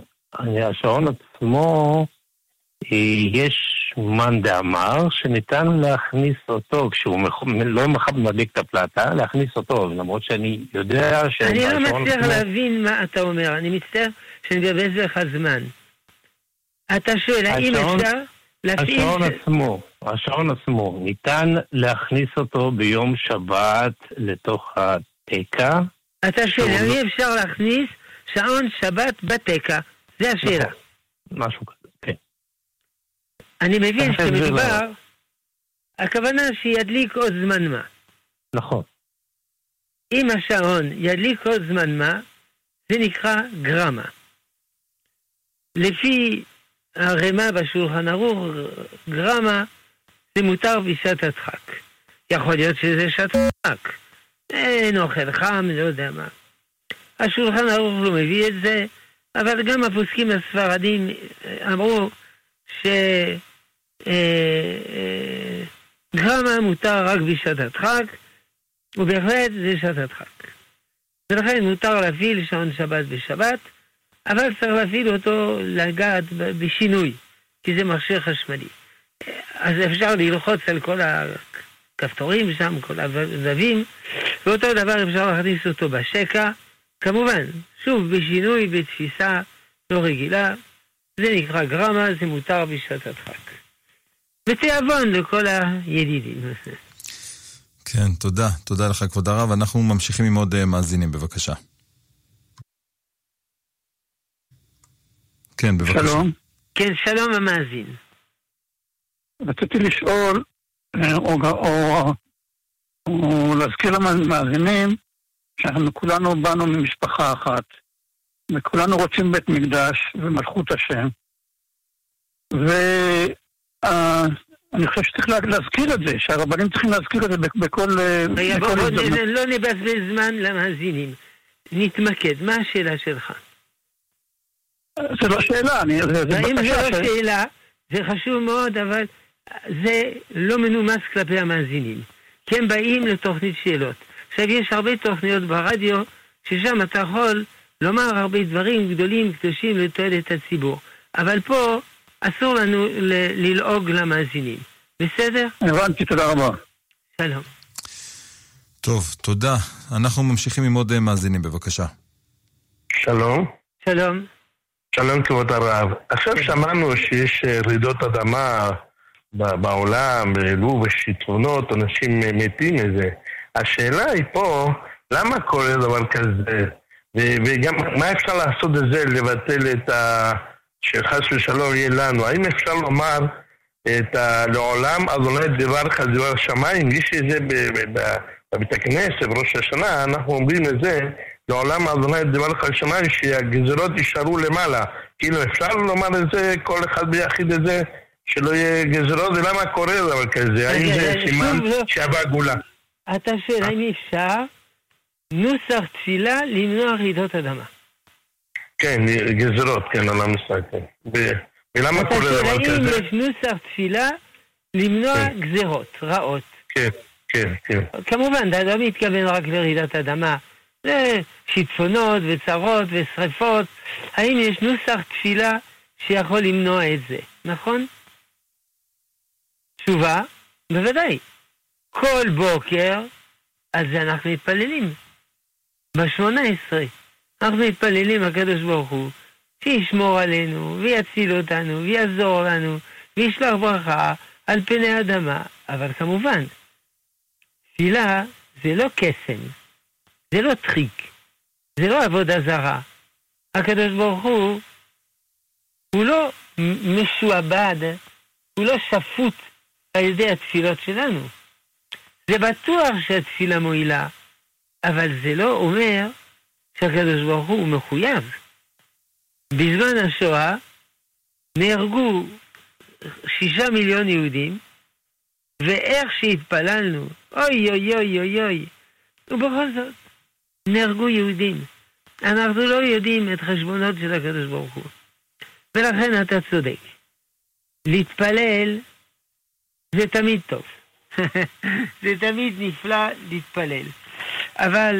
עצמו, יש מאן דאמר שניתן להכניס אותו, כשהוא לא מדליק את הפלטה, להכניס אותו, למרות שאני יודע אני לא מצליח להבין מה אתה אומר, אני מצטער שנגבז לך זמן. אתה שואל, האם אפשר להפעיל... השעון עצמו, ניתן להכניס אותו ביום שבת לתוך התקה? אתה שואל, האם אפשר להכניס שעון שבת בתקה? זה השאלה. משהו כזה, כן. אני מבין שמדובר, הכוונה שידליק עוד זמן מה. נכון. אם השעון ידליק עוד זמן מה, זה נקרא גרמה. לפי הרמה בשולחן ערוך, גרמה זה מותר בשעת הדחק. יכול להיות שזה שעת הדחק. אין אוכל חם, לא יודע מה. השולחן ערוך לא מביא את זה, אבל גם הפוסקים הספרדים אמרו גרמה מותר רק בשעת הדחק, ובהחלט זה שעת הדחק. ולכן מותר להפעיל שעון שבת בשבת, אבל צריך להפעיל אותו לגעת בשינוי, כי זה מכשיר חשמלי. אז אפשר ללחוץ על כל הכפתורים שם, כל הווזבים, ואותו דבר אפשר להכניס אותו בשקע, כמובן, שוב בשינוי, בתפיסה לא רגילה, זה נקרא גרמה, זה מותר בשעת הדחק. ותיאבון לכל הידידים. כן, תודה. תודה לך, כבוד הרב. אנחנו ממשיכים עם עוד מאזינים, בבקשה. כן, בבקשה. שלום. כן, שלום המאזין. רציתי לשאול, או להזכיר למאזינים, שאנחנו כולנו באנו ממשפחה אחת, וכולנו רוצים בית מקדש ומלכות השם, ואני חושב שצריך להזכיר את זה, שהרבנים צריכים להזכיר את זה בכל... לא נבזבז זמן למאזינים. נתמקד, מה השאלה שלך? זה לא שאלה, אם זה לא שאלה, זה חשוב מאוד, אבל זה לא מנומס כלפי המאזינים. כי הם באים לתוכנית שאלות. עכשיו יש הרבה תוכניות ברדיו, ששם אתה יכול לומר הרבה דברים גדולים, קדושים לתועלת הציבור. אבל פה אסור לנו ללעוג למאזינים. בסדר? הבנתי, תודה רבה. שלום. טוב, תודה. אנחנו ממשיכים עם עוד מאזינים, בבקשה. שלום. שלום. שלום כבוד הרב. עכשיו שמענו שיש רעידות אדמה בעולם, בלוב ושיטפונות, אנשים מתים מזה. השאלה היא פה, למה קורה דבר כזה? וגם מה אפשר לעשות את זה, לבטל את שחס ושלום יהיה לנו? האם אפשר לומר לעולם אדוני דברך דבר שמיים? יש את זה בבית הכנסת, בראש השנה, אנחנו אומרים את זה, לעולם אדוני דברך שמיים, שהגזרות יישארו למעלה. כאילו אפשר לומר את זה, כל אחד ביחיד את זה, שלא יהיה גזרות, ולמה קורה דבר כזה? האם זה סימן שעבה גאולה? אתה שואל, האם אפשר נוסח תפילה למנוע רעידות אדמה? כן, גזרות, כן, על המשחק. ולמה קורה דבר כזה? אתה שואל, האם יש נוסח תפילה למנוע גזרות, רעות? כן, כן, כן. כמובן, אתה לא מתכוון רק לרעידת אדמה, לשיטפונות וצרות ושריפות. האם יש נוסח תפילה שיכול למנוע את זה, נכון? תשובה, בוודאי. כל בוקר, אז אנחנו מתפללים. ב-18, אנחנו מתפללים הקדוש ברוך הוא, שישמור עלינו, ויציל אותנו, ויעזור לנו, וישלח ברכה על פני האדמה. אבל כמובן, תפילה זה לא קסם, זה לא טריק, זה לא עבודה זרה. הקדוש ברוך הוא לא משועבד, הוא לא שפוט על ידי התפילות שלנו. זה בטוח שהתפילה מועילה, אבל זה לא אומר שהקדוש ברוך הוא מחויב. בזמן השואה נהרגו 6 מיליון יהודים, ואיך שהתפללנו, אוי אוי אוי אוי אוי, ובכל זאת נהרגו יהודים. אנחנו לא יודעים את חשבונות של הקדוש ברוך הוא. ולכן אתה צודק. להתפלל זה תמיד טוב. זה תמיד נפלא להתפלל. אבל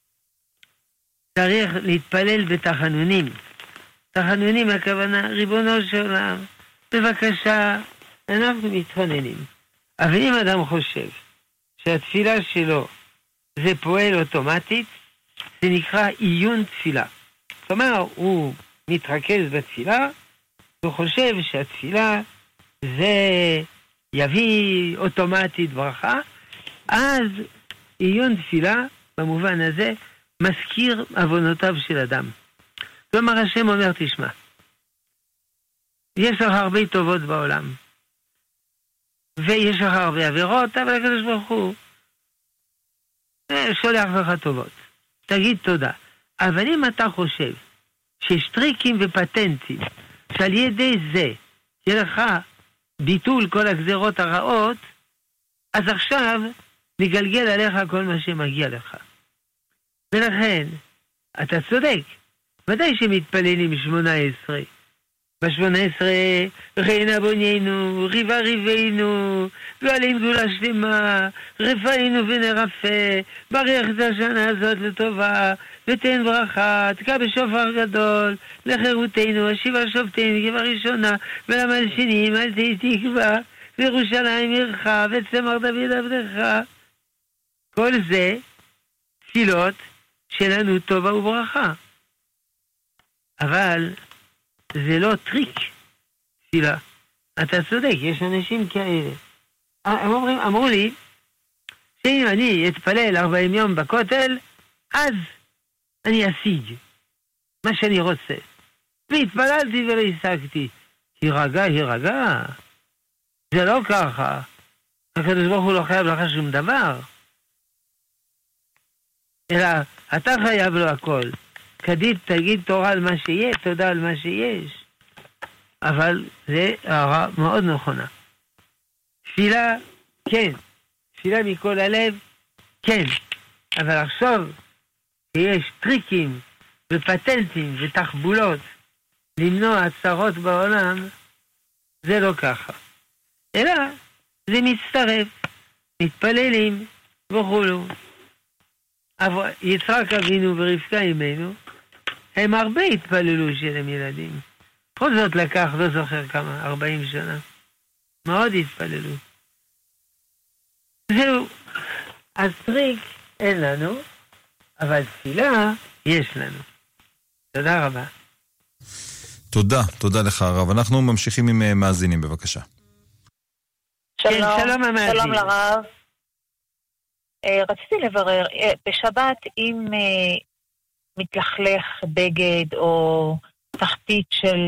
צריך להתפלל בתחנונים. תחנונים הכוונה, ריבונו של עולם, בבקשה, אנחנו מתחננים. אבל אם אדם חושב שהתפילה שלו זה פועל אוטומטית, זה נקרא עיון תפילה. כלומר, הוא מתרכז בתפילה, הוא חושב שהתפילה זה יביא אוטומטית ברכה, אז עיון תפילה, במובן הזה, מזכיר עוונותיו של אדם. כלומר, השם אומר, תשמע, יש לך הרבה טובות בעולם, ויש לך הרבה עבירות, אבל הקדוש ברוך הוא שולח לך טובות. תגיד תודה. אבל אם אתה חושב שיש טריקים ופטנטים, שעל ידי זה יהיה לך ביטול כל הגזרות הרעות, אז עכשיו נגלגל עליך כל מה שמגיע לך. ולכן, אתה צודק. ודאי שמתפללים 18. ב-18 רעינה בוניינו, ריבה ריבנו, ועלים גאולה שלמה, רפאינו ונרפא, ברך את השנה הזאת לטובה, ותן ברכה, תקע בשופר גדול, לחירותנו, השיבה שופטנו כבראשונה, ולמלשינים אל תהי תקווה, וירושלים עירך, וצמר דוד עבדך. כל זה תפילות שלנו טובה וברכה. אבל זה לא טריק תפילה. אתה צודק, יש אנשים כאלה. אמרו לי, שאם אני אתפלל 40 יום בכותל, אז אני אשיג מה שאני רוצה. והתפללתי ולא השגתי. הירגע. זה לא ככה. הקדוש ברוך הוא לא חייב לך שום דבר. אלא אתה חייב לו הכל. תגיד תורה על מה שיש, תודה על מה שיש. אבל זה הערה מאוד נכונה. תפילה, כן. תפילה מכל הלב, כן. אבל עכשיו שיש טריקים ופטנטים ותחבולות למנוע הצרות בעולם, זה לא ככה. אלא זה מצטרף, מתפללים וכולו. יצחק אבינו ורבקה אמנו, הם הרבה התפללו שלהם ילדים. כל זאת לקח, לא זוכר כמה, 40 שנה. מאוד התפללו. זהו, אז טריק אין לנו, אבל תפילה יש לנו. תודה רבה. תודה לך הרב. אנחנו ממשיכים עם מאזינים, בבקשה. שלום לרב. רציתי לברר, בשבת אם מתלכלך בגד או תחתית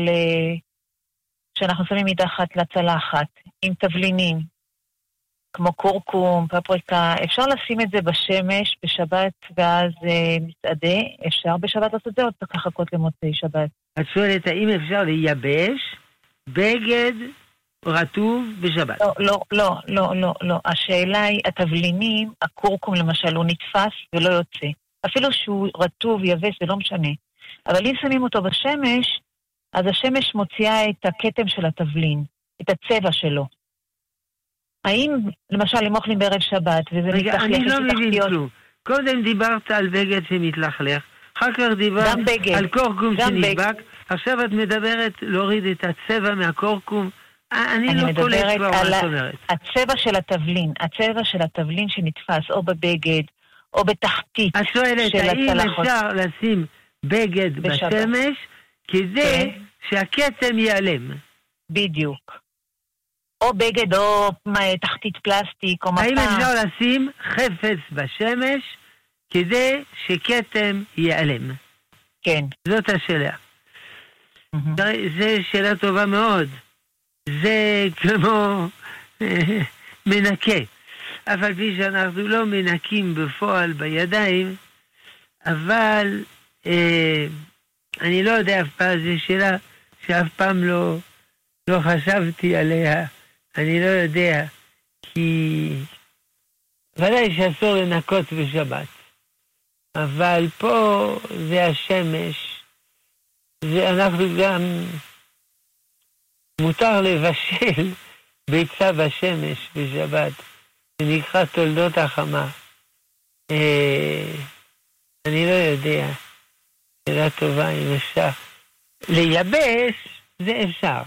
שאנחנו שמים מתחת לצלחת, עם תבלינים, כמו קורקום, פפריקה, אפשר לשים את זה בשמש בשבת ואז מתעדה? אפשר בשבת לעשות זה או צריך לחכות למוצאי שבת? את שואלת האם אפשר לייבש בגד רטוב בשבת? לא. השאלה היא, התבלינים, הקורקום למשל, הוא נתפס ולא יוצא. אפילו שהוא רטוב, יבש, זה לא משנה. אבל אם שמים אותו בשמש, אז השמש מוציאה את הכתם של התבלין, את הצבע שלו. האם, למשל, אם אוכלים בערב שבת, וזה מתלכלך, אני לא מבין כלום. קודם דיברת על בגד שמתלכלך, אחר כך דיברת על קורקום שנדבק, עכשיו את מדברת להוריד את הצבע מהקורקום. אני לא קולט כבר מה את אומרת. הצבע של התבלין שנתפס או בבגד או בתחתית של הצלחות. את שואלת, האם אפשר לשים בגד בשמש, כדי שהכתם ייעלם. בדיוק. או בגד או תחתית פלסטיק או מפה. האם אפשר לשים חפץ בשמש כדי שכתם ייעלם? כן. זאת השאלה. זו שאלה טובה מאוד. זה כמו מנקה. אף על פי שאנחנו לא מנקים בפועל בידיים, אבל אני לא יודע אף פעם, זו שאלה שאף פעם לא חשבתי עליה. אני לא יודע, כי ודאי שאסור לנקות בשבת. אבל פה זה השמש, ואנחנו גם מותר לבשל ביצה בשמש בשבת, זה נקרא תולדות החמה. אני לא יודע, שאלה טובה אם אפשר. לייבש זה אפשר.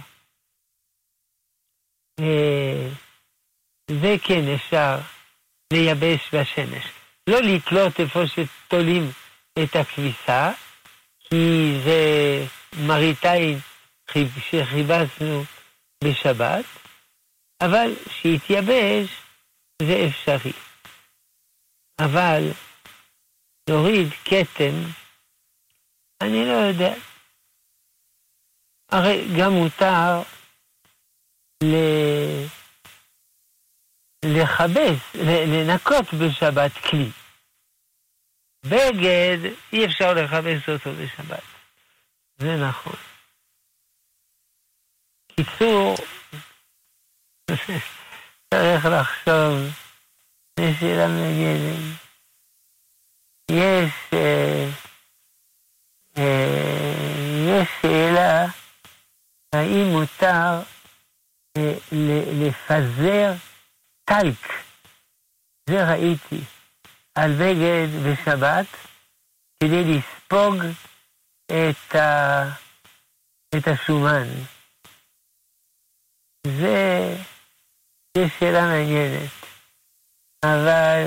זה כן אפשר לייבש בשמש. לא לתלות איפה שתולים את הכביסה, כי זה מראיתיים שחיבסנו בשבת, אבל שיתייבש זה אפשרי. אבל להוריד כתם, אני לא יודע. הרי גם מותר לנקות בשבת כלי. בגד אי אפשר לחבש אותו בשבת. זה נכון. קיצור, צריך לחשוב, זה שאלה מעניינת. יש שאלה האם מותר לפזר טלק, זה ראיתי, על בגד בשבת, כדי לספוג את השומן. זה שאלה מעניינת, אבל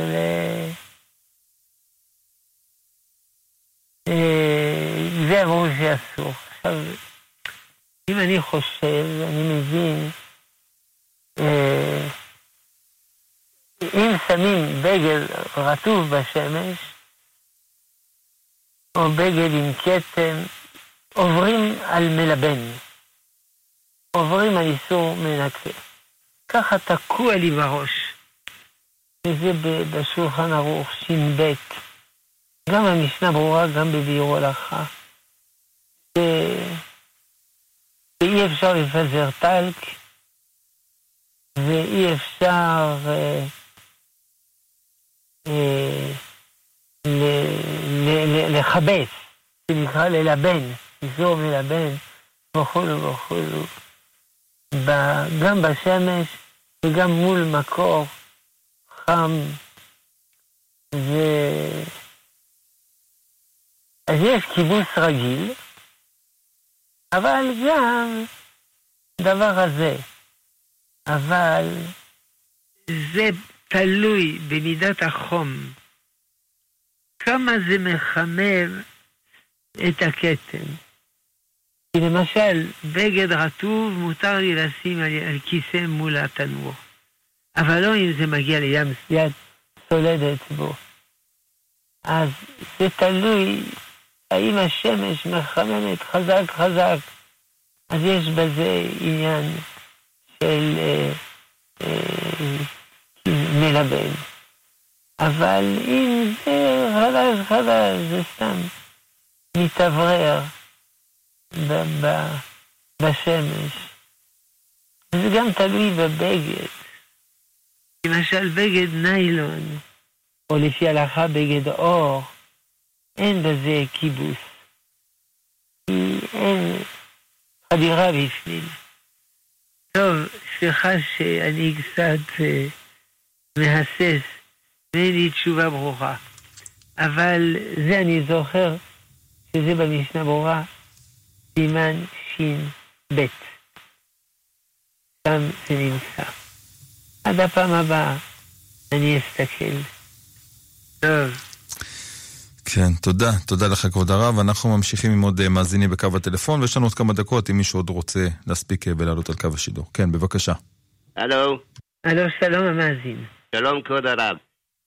זה אמרו שאסור. עכשיו, אם אני חושב, אני מבין, אם שמים בגד רטוב בשמש, או בגד עם כתם, עוברים על מלבן, עוברים על איסור מנקה. ככה תקוע לי בראש. וזה בשולחן ערוך, ש"ב. גם המשנה ברורה, גם בביאור הלכה. שאי אפשר לפזר טלק, ואי אפשר לחבס, שנקרא ללבן, איסור מלבן, וכולו וכולו. גם בשמש וגם מול מקור חם. אז יש כיבוס רגיל, אבל גם דבר הזה. אבל זה תלוי במידת החום. כמה זה מחמם את הכתם. כי למשל, בגד רטוב מותר לי לשים על כיסא מול התנור. אבל לא אם זה מגיע לים יד סולדת בו. אז זה תלוי האם השמש מחממת חזק חזק. אז יש בזה עניין של מלבן. אבל אם זה חדש, זה סתם מתאוורר בשמש. וזה גם תלוי בבגד. למשל בגד ניילון, או לפי הלכה בגד אור, אין בזה כיבוס. כי אין חדירה בפנים. טוב, סליחה שאני קצת מהסס, ואין לי תשובה ברורה. אבל זה אני זוכר, שזה במשנה ברורה, סימן שין בית. שם זה נמצא. עד הפעם הבאה אני אסתכל. טוב. כן, תודה לך כבוד הרב. אנחנו ממשיכים עם עוד מאזינים בקו הטלפון, ויש לנו עוד כמה דקות אם מישהו עוד רוצה להספיק ולעלות על קו השידור. כן, בבקשה. הלו, שלום המאזין. שלום כבוד הרב.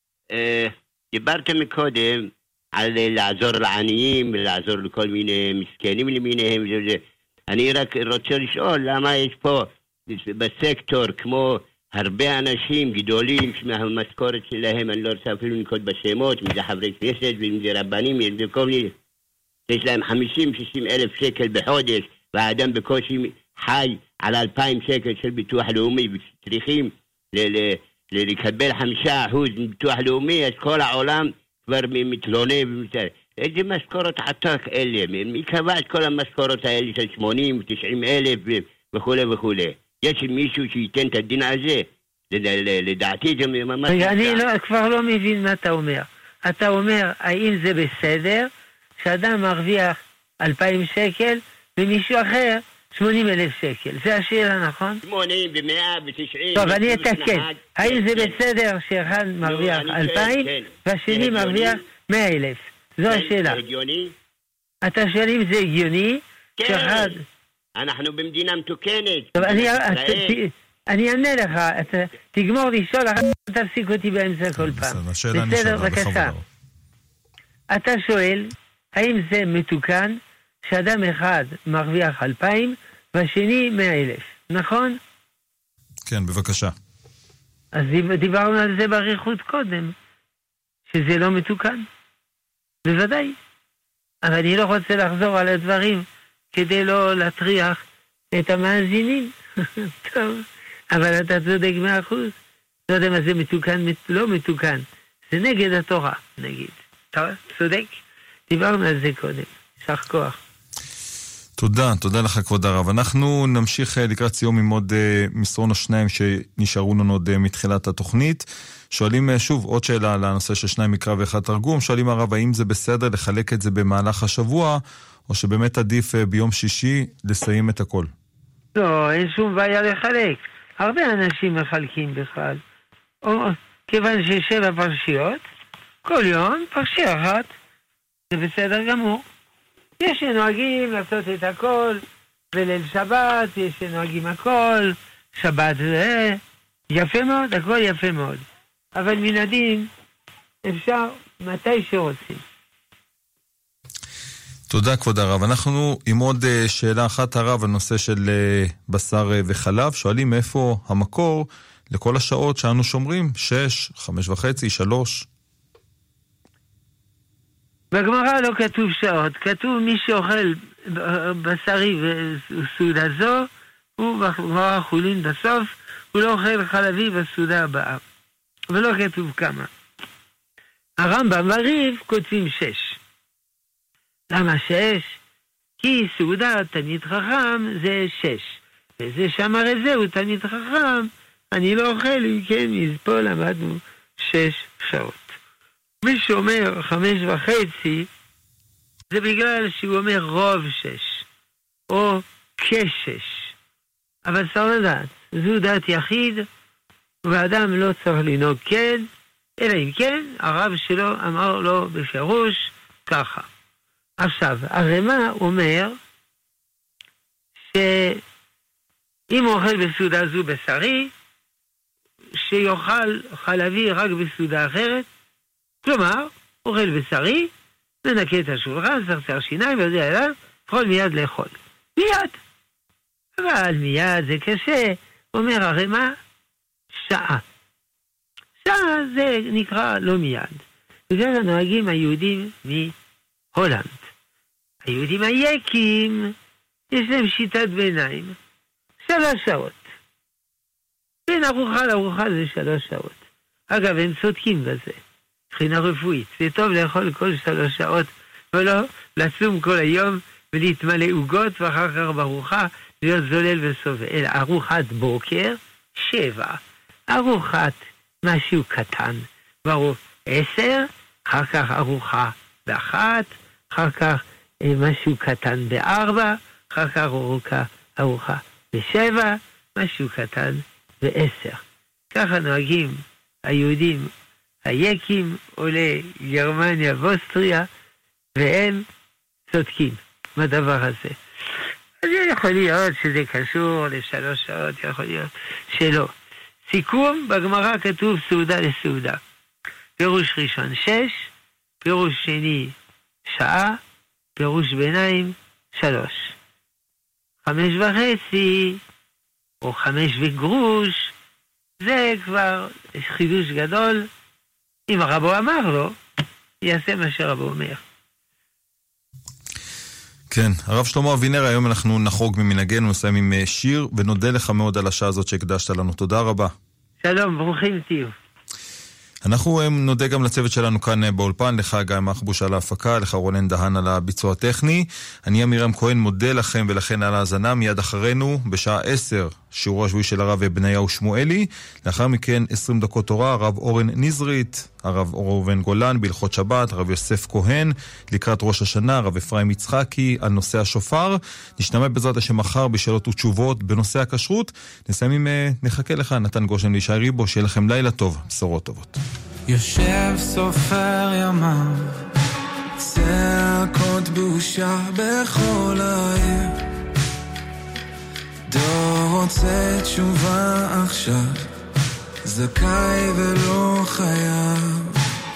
דיברתם מקודם על לעזור לעניים, לעזור לכל מיני מסכנים למיניהם. אני רק רוצה לשאול למה יש פה בסקטור כמו הרבה אנשים גדולים מהמשכורת שלהם, אני לא רוצה אפילו לנקוט בשמות, אם זה חברי כנסת ואם זה רבנים, אם זה כל מיני, יש להם 50-60 אלף שקל בחודש, והאדם בקושי חי על 2,000 שקל של ביטוח לאומי, וצריכים לקבל 5% מביטוח לאומי, אז כל העולם כבר מתלונן ומצטער. איזה משכורות עתק אלה? מי קבע את כל המשכורות האלה של 80 ו-90 אלף וכו' וכו'? יש מישהו שייתן את הדין הזה? לדעתי זה ממש... אני כבר לא מבין מה אתה אומר. אתה אומר, האם זה בסדר שאדם מרוויח 2,000 שקל ומישהו אחר 80,000 שקל? זה השאלה, נכון? 80 ו-100 ו-90... טוב, אני אתקן. האם זה בסדר שאחד מרוויח 2,000 והשני מרוויח 100,000? זו השאלה. זה הגיוני? אתה שואל אם זה הגיוני? כן. אנחנו במדינה מתוקנת. טוב, אני אענה לך, תגמור לשאול, תפסיק אותי באמצע כל פעם. בסדר, בבקשה. אתה שואל, האם זה מתוקן שאדם אחד מרוויח 2,000 והשני 100,000, נכון? כן, בבקשה. אז דיברנו על זה באריכות קודם, שזה לא מתוקן. בוודאי. אבל אני לא רוצה לחזור על הדברים כדי לא להטריח את המאזינים. טוב, אבל אתה צודק 100%. לא יודע מה זה מתוקן, לא מתוקן. זה נגד התורה, נגיד. טוב, צודק. דיברנו על זה קודם. שח כוח. תודה לך כבוד הרב. אנחנו נמשיך לקראת סיום עם עוד מסרון או שניים שנשארו לנו עוד מתחילת התוכנית. שואלים שוב עוד שאלה על הנושא של 2 מקרא ו1 תרגום. שואלים הרב, האם זה בסדר לחלק את זה במהלך השבוע, או שבאמת עדיף ביום שישי לסיים את הכל? לא, אין שום בעיה לחלק. הרבה אנשים מחלקים בכלל. כיוון ש7 פרשיות, כל יום פרשיה אחת. זה בסדר גמור. יש שנוהגים לעשות את הכל, בליל שבת, יש שנוהגים הכל, שבת זה יפה מאוד, הכל יפה מאוד. אבל מן הדין אפשר מתי שרוצים. תודה כבוד הרב. אנחנו עם עוד שאלה אחת הרב, הנושא של בשר וחלב. שואלים מאיפה המקור לכל השעות שאנו שומרים, 6, 5:30, 3. בגמרא לא כתוב שעות, כתוב מי שאוכל בשרי וסעודה זו, הוא בגמרא חולין בסוף, הוא לא אוכל חלבי בסעודה הבאה. ולא כתוב כמה. הרמב"ם והרי"ף כותבים 6. למה 6? כי סעודה תלמיד חכם זה 6. וזה שאמר את זה הוא תלמיד חכם, אני לא אוכל, אם כן, מפה למדנו 6 שעות. מי שאומר 5:30, זה בגלל שהוא אומר רוב 6, או כ6. אבל צריך לדעת, זו דעת יחיד, ואדם לא צריך לנהוג כן, אלא אם כן, הרב שלו אמר לו בפירוש ככה. עכשיו, הרמ"א אומר שאם הוא אוכל בסעודה זו בשרי, שיאכל חלבי רק בסעודה אחרת, כלומר, אוכל בשרי, מנקה את השולחן, צרצר שיניים, ויודע אליו, יכול מיד לאכול. מיד. אבל מיד זה קשה, אומר הרמ"א, שעה. שעה זה נקרא לא מיד. וזה הנוהגים היהודים מהולנד. היהודים היקים, יש להם שיטת ביניים. 3 שעות. בין ארוחה לארוחה זה 3 שעות. אגב, הם צודקים בזה. מבחינה רפואית. זה טוב לאכול כל 3 שעות, ולא לצום כל היום ולהתמלא עוגות, ואחר כך בארוחה להיות זולל וסובל. אלא ארוחת בוקר, 7. ארוחת משהו קטן, ברור 10, אחר כך ארוחה ב1, אחר כך משהו קטן ב4, אחר כך ארוחה ב7, משהו קטן ב10. ככה נוהגים היהודים היקים, עולי גרמניה ואוסטריה, והם צודקים בדבר הזה. אז יכול להיות שזה קשור ל3 שעות, יכול להיות שלא. סיכום, בגמרא כתוב סעודה לסעודה. פירוש ראשון 6, פירוש שני שעה, פירוש ביניים 3. 5.5 או 5 וגרוש, זה כבר חידוש גדול. אם הרבו אמר לו, יעשה מה שרבו אומר. כן, הרב שלמה אבינר, היום אנחנו נחרוג ממנהגנו, נסיים עם שיר, ונודה לך מאוד על השעה הזאת שהקדשת לנו. תודה רבה. שלום, ברוכים תהיו. אנחנו נודה גם לצוות שלנו כאן באולפן, לך גיא מחבוש על ההפקה, לך רונן דהן על הביצוע הטכני. אני אמירם כהן מודה לכם ולכן על ההאזנה. מיד אחרינו, בשעה 10, שיעורו השבועי של הרב בניהו שמואלי. לאחר מכן 20 דקות תורה, הרב אורן נזרית, הרב ראובן גולן בהלכות שבת, הרב יוסף כהן לקראת ראש השנה, הרב אפרים יצחקי על נושא השופר. נשתמע בעזרת השם מחר בשאלות ותשובות בנושא הכשרות. נסיים עם נחכה לך נתן גושן וישי ריבו, שיהיה לכם לילה טוב, בשורות טובות. יושב סופר ימיו, צעקות בושה בכל העיר, דור רוצה תשובה עכשיו, זכאי ולא חייב,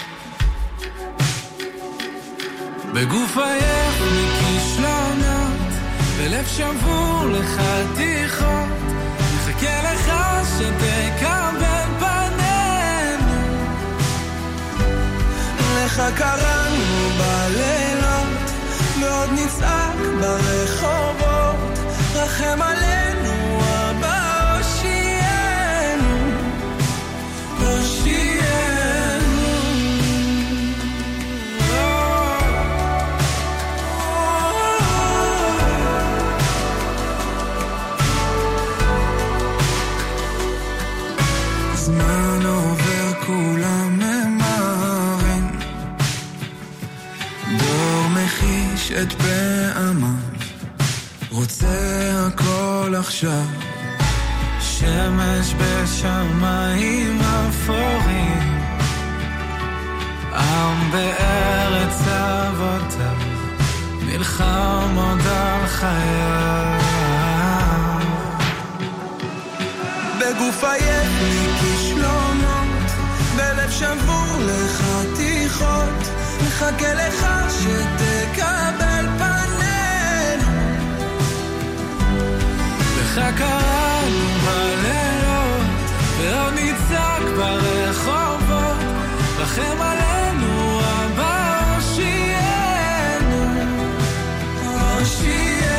בגוף עייף מכישלונות, בלב שבור לחתיכות, מחכה לך שתקבל פנינו, לך קראנו בלילות, ועוד נצעק ברחובות, רחם עלינו אבא הושיענו, הושיענו. זמן עובר כולם ממהרים, דור מחיש את פעמם, רוצה הכל עכשיו, שמש בשמיים אפורים, עם בארץ אבותיו, נלחם עוד על חייו, בגוף עייף מכישלונות, בלב שבור לחתיכות, מחכה לך שתקבל פנינו, לך קראנו בלילות, ועוד נצעק ברחובות, רחם עלינו אבא הושיענו, הושיענו.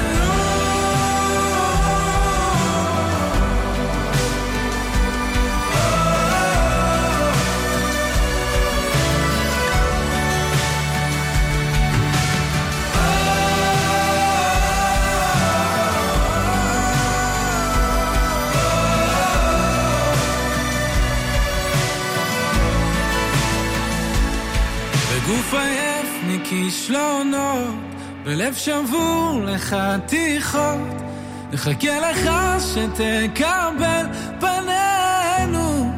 גוף עייף מכישלונות, בלב שבור לחתיכות, נחכה לך שתקבל פנינו,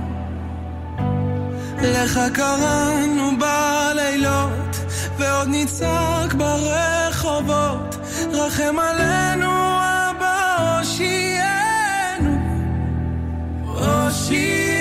לך קראנו בלילות, ועוד נצעק ברחובות, רחם עלינו אבא הושיענו, הושיענו.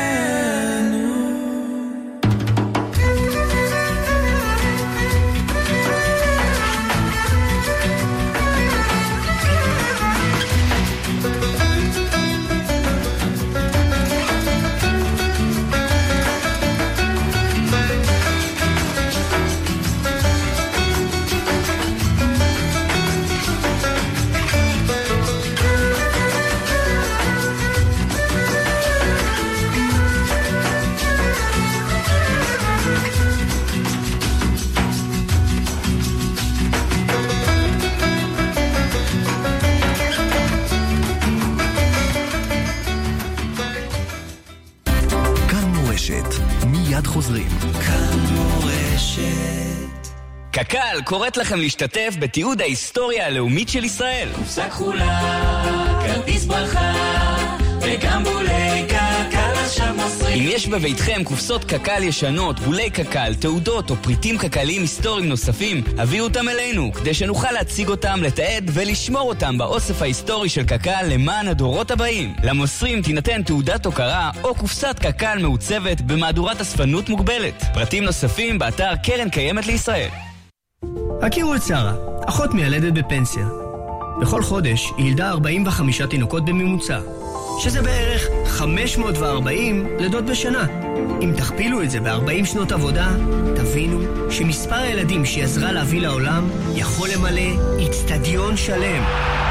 מיד חוזרים. כאן מורשת. קק"ל קוראת לכם להשתתף בתיעוד ההיסטוריה הלאומית של ישראל. קופסה כחולה, כרטיס ברכה, וגם בולי קק"ל עכשיו מוסרים. אם יש בביתכם קופסות קקל ישנות, בולי קקל, תעודות או פריטים קקליים היסטוריים נוספים, הביאו אותם אלינו, כדי שנוכל להציג אותם, לתעד ולשמור אותם באוסף ההיסטורי של קקל למען הדורות הבאים. למוסרים תינתן תעודת הוקרה או קופסת קקל מעוצבת במהדורת אספנות מוגבלת. פרטים נוספים באתר קרן קיימת לישראל. הכירו את שרה, אחות מיילדת בפנסיה. בכל חודש היא ילדה 45 תינוקות בממוצע, שזה בערך 540 לידות בשנה. אם תכפילו את זה ב-40 שנות עבודה, תבינו שמספר הילדים שהיא עזרה להביא לעולם יכול למלא אצטדיון שלם.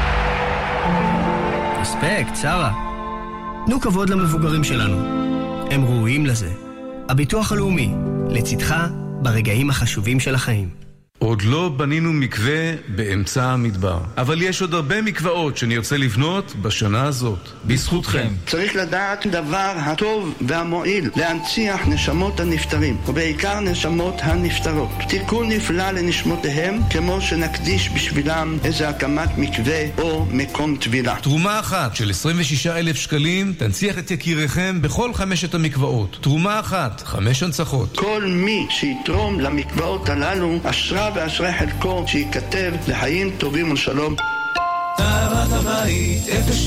אספקט, שרה. תנו כבוד למבוגרים שלנו. הם ראויים לזה. הביטוח הלאומי, לצדך ברגעים החשובים של החיים. עוד לא בנינו מקווה באמצע המדבר, אבל יש עוד הרבה מקוואות שנרצה לבנות בשנה הזאת, בזכותכם. צריך לדעת דבר הטוב והמועיל, להנציח נשמות הנפטרים, ובעיקר נשמות הנפטרות. תיקון נפלא לנשמותיהם, כמו שנקדיש בשבילם איזה הקמת מקווה או מקום טבילה. תרומה אחת של 26,000 שקלים תנציח את יקיריכם בכל 5 המקוואות. תרומה אחת, 5 הנצחות. כל מי שיתרום למקוואות הללו, אשרה ואשרי חלקו, שיכתב לחיים טובים ולשלום. תאוות הבית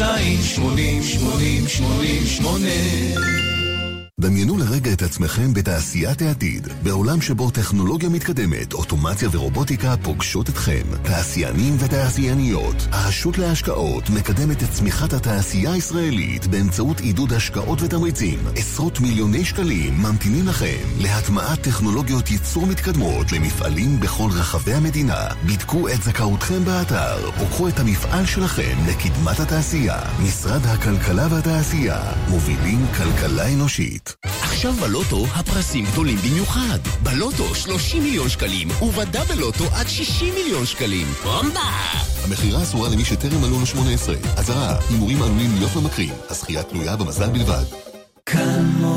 02-80-80-88. דמיינו לרגע את עצמכם בתעשיית העתיד, בעולם שבו טכנולוגיה מתקדמת, אוטומציה ורובוטיקה פוגשות אתכם. תעשיינים ותעשייניות, הרשות להשקעות מקדמת את צמיחת התעשייה הישראלית באמצעות עידוד השקעות ותמריצים. עשרות מיליוני שקלים ממתינים לכם להטמעת טכנולוגיות ייצור מתקדמות למפעלים בכל רחבי המדינה. בדקו את זכאותכם באתר, וקחו את המפעל שלכם לקדמת התעשייה. משרד הכלכלה והתעשייה, מובילים כלכלה אנושית. עכשיו בלוטו הפרסים גדולים במיוחד. בלוטו 30 מיליון שקלים, ובדאבל לוטו עד 60 מיליון שקלים. בומבה! המחירה אסורה למי שטרם מלאו לו 18. אזהרה, הימורים עלולים להיות ממכרים. הזכייה תלויה במזל בלבד.